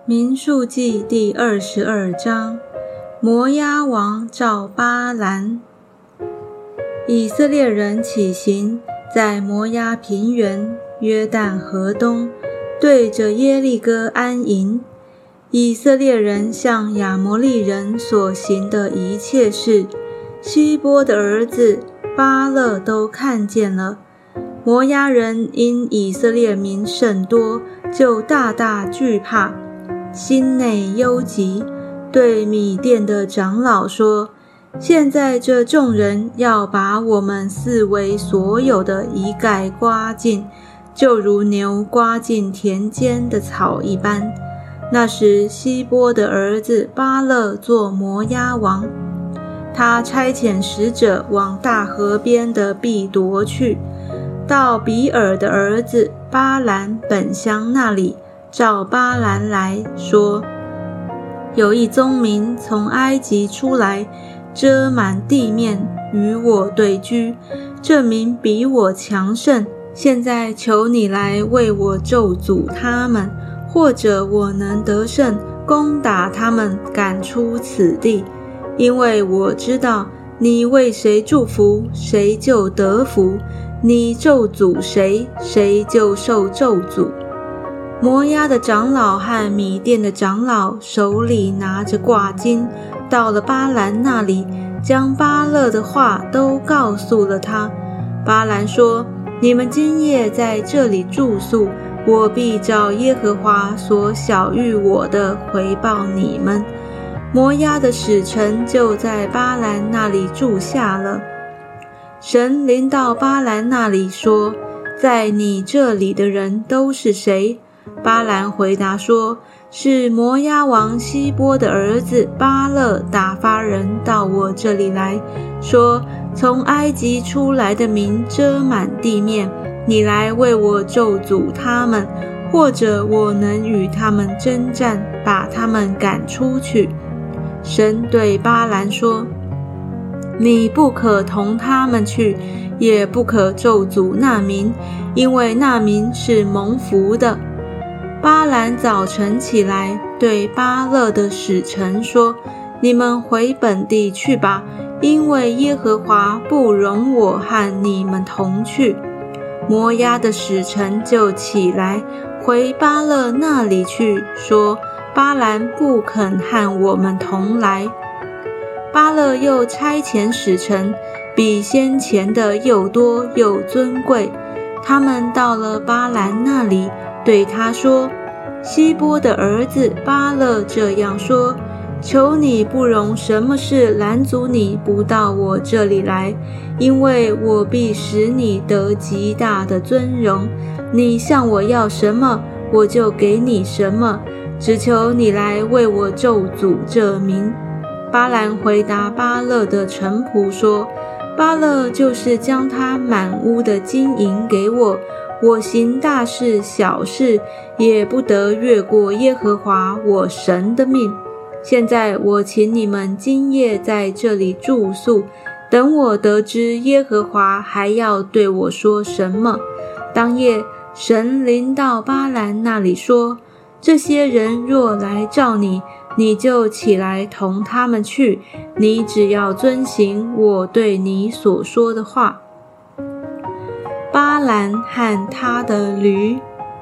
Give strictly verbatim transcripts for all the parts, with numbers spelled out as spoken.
民数记第二十二章，摩押王召巴兰。以色列人起行，在摩押平原约旦河东，对着耶利哥安营。以色列人向亚摩利人所行的一切事，希波的儿子巴勒都看见了。摩押人因以色列民甚多，就大大惧怕，心内忧急，对米甸的长老说：现在这众人要把我们四围所有的一概刮尽，就如牛刮尽田间的草一般。那时希波的儿子巴勒做摩押王，他差遣使者往大河边的毕夺去，到比尔的儿子巴兰本乡那里，召巴兰来说：有一宗民从埃及出来，遮满地面，与我对居。这民比我强盛，现在求你来为我咒诅他们，或者我能得胜，攻打他们，赶出此地。因为我知道你为谁祝福，谁就得福；你咒诅谁，谁就受咒诅。摩押的长老和米甸的长老手里拿着挂金，到了巴兰那里，将巴勒的话都告诉了他。巴兰说：你们今夜在这里住宿，我必照耶和华所晓谕我的回报你们。摩押的使臣就在巴兰那里住下了。神临到巴兰那里说：在你这里的人都是谁？巴兰回答说：是摩押王希波的儿子巴勒打发人到我这里来，说从埃及出来的民遮满地面，你来为我咒诅他们，或者我能与他们征战，把他们赶出去。神对巴兰说：你不可同他们去，也不可咒诅那民，因为那民是蒙福的。巴兰早晨起来，对巴勒的使臣说：你们回本地去吧，因为耶和华不容我和你们同去。摩押的使臣就起来，回巴勒那里去，说：巴兰不肯和我们同来。巴勒又差遣使臣，比先前的又多又尊贵。他们到了巴兰那里，对他说：希波的儿子巴勒这样说：求你不容什么事拦阻你不到我这里来，因为我必使你得极大的尊荣。你向我要什么，我就给你什么，只求你来为我咒诅这民。巴兰回答巴勒的臣仆说：巴勒就是将他满屋的金银给我，我行大事小事，也不得越过耶和华我神的命。现在我请你们今夜在这里住宿，等我得知耶和华还要对我说什么。当夜神临到巴兰那里说：这些人若来召你，你就起来同他们去，你只要遵行我对你所说的话。巴兰和他的驴。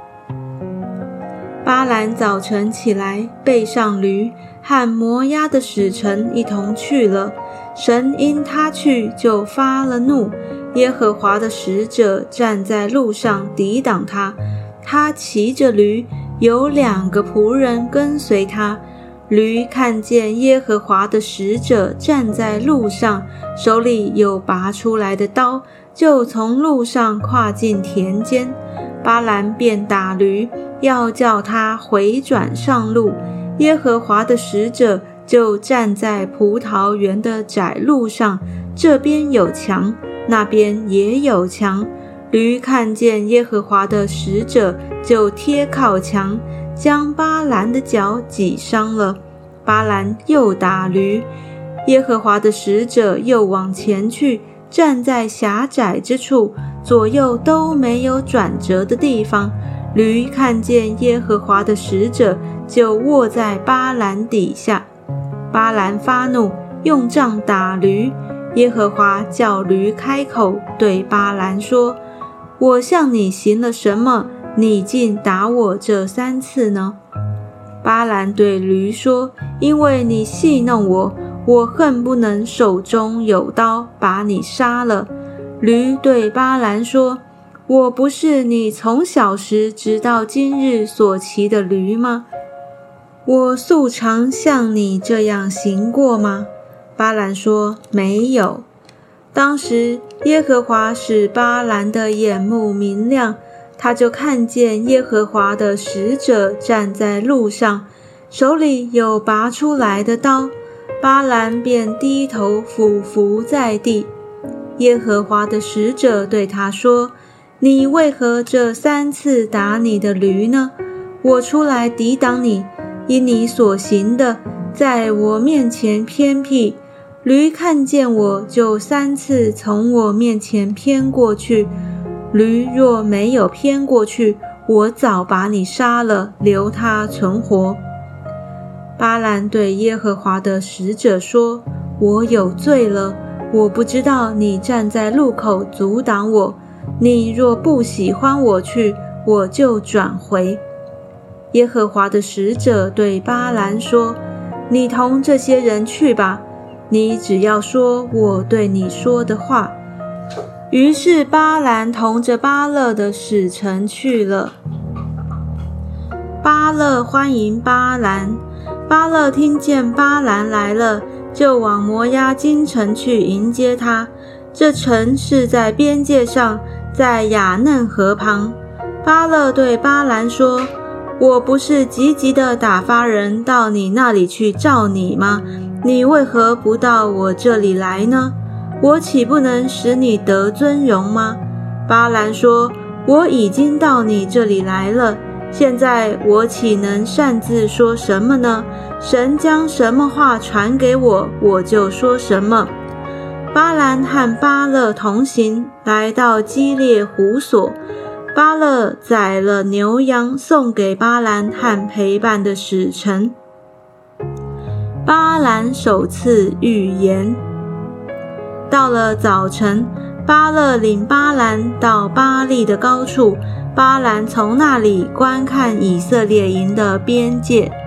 巴兰早晨起来，背上驴，和摩押的使臣一同去了。神因他去，就发了怒，耶和华的使者站在路上抵挡他。他骑着驴，有两个仆人跟随他。驴看见耶和华的使者站在路上，手里有拔出来的刀，就从路上跨进田间。巴兰便打驴，要叫他回转上路。耶和华的使者就站在葡萄园的窄路上，这边有墙，那边也有墙。驴看见耶和华的使者，就贴靠墙，将巴兰的脚挤伤了。巴兰又打驴，耶和华的使者又往前去，站在狭窄之处，左右都没有转折的地方。 驴看见耶和华的使者，就卧在巴兰底下。巴兰发怒，用杖打驴。耶和华叫驴开口，对巴兰说：我向你行了什么，你竟打我这三次呢？巴兰对驴说：因为你戏弄我，我恨不能手中有刀把你杀了。驴对巴兰说：我不是你从小时直到今日所骑的驴吗？我素常像你这样行过吗？巴兰说：没有。当时耶和华使巴兰的眼目明亮，他就看见耶和华的使者站在路上，手里有拔出来的刀。巴兰便低头俯伏在地。耶和华的使者对他说：你为何这三次打你的驴呢？我出来抵挡你，因你所行的在我面前偏僻。驴看见我，就三次从我面前偏过去。驴若没有偏过去，我早把你杀了，留他存活。巴兰对耶和华的使者说：我有罪了，我不知道你站在路口阻挡我。你若不喜欢我去，我就转回。耶和华的使者对巴兰说：你同这些人去吧，你只要说我对你说的话。于是巴兰同着巴勒的使臣去了。巴勒欢迎巴兰。巴勒听见巴兰来了，就往摩押京城去迎接他。这城是在边界上，在雅嫩河旁。巴勒对巴兰说：我不是急急地打发人到你那里去召你吗？你为何不到我这里来呢？我岂不能使你得尊荣吗？巴兰说：我已经到你这里来了，现在我岂能擅自说什么呢？神将什么话传给我，我就说什么。巴兰和巴勒同行，来到基列胡所。巴勒宰了牛羊，送给巴兰和陪伴的使臣。巴兰首次预言。到了早晨，巴勒领巴兰到巴力的高处，巴兰从那里观看以色列营的边界。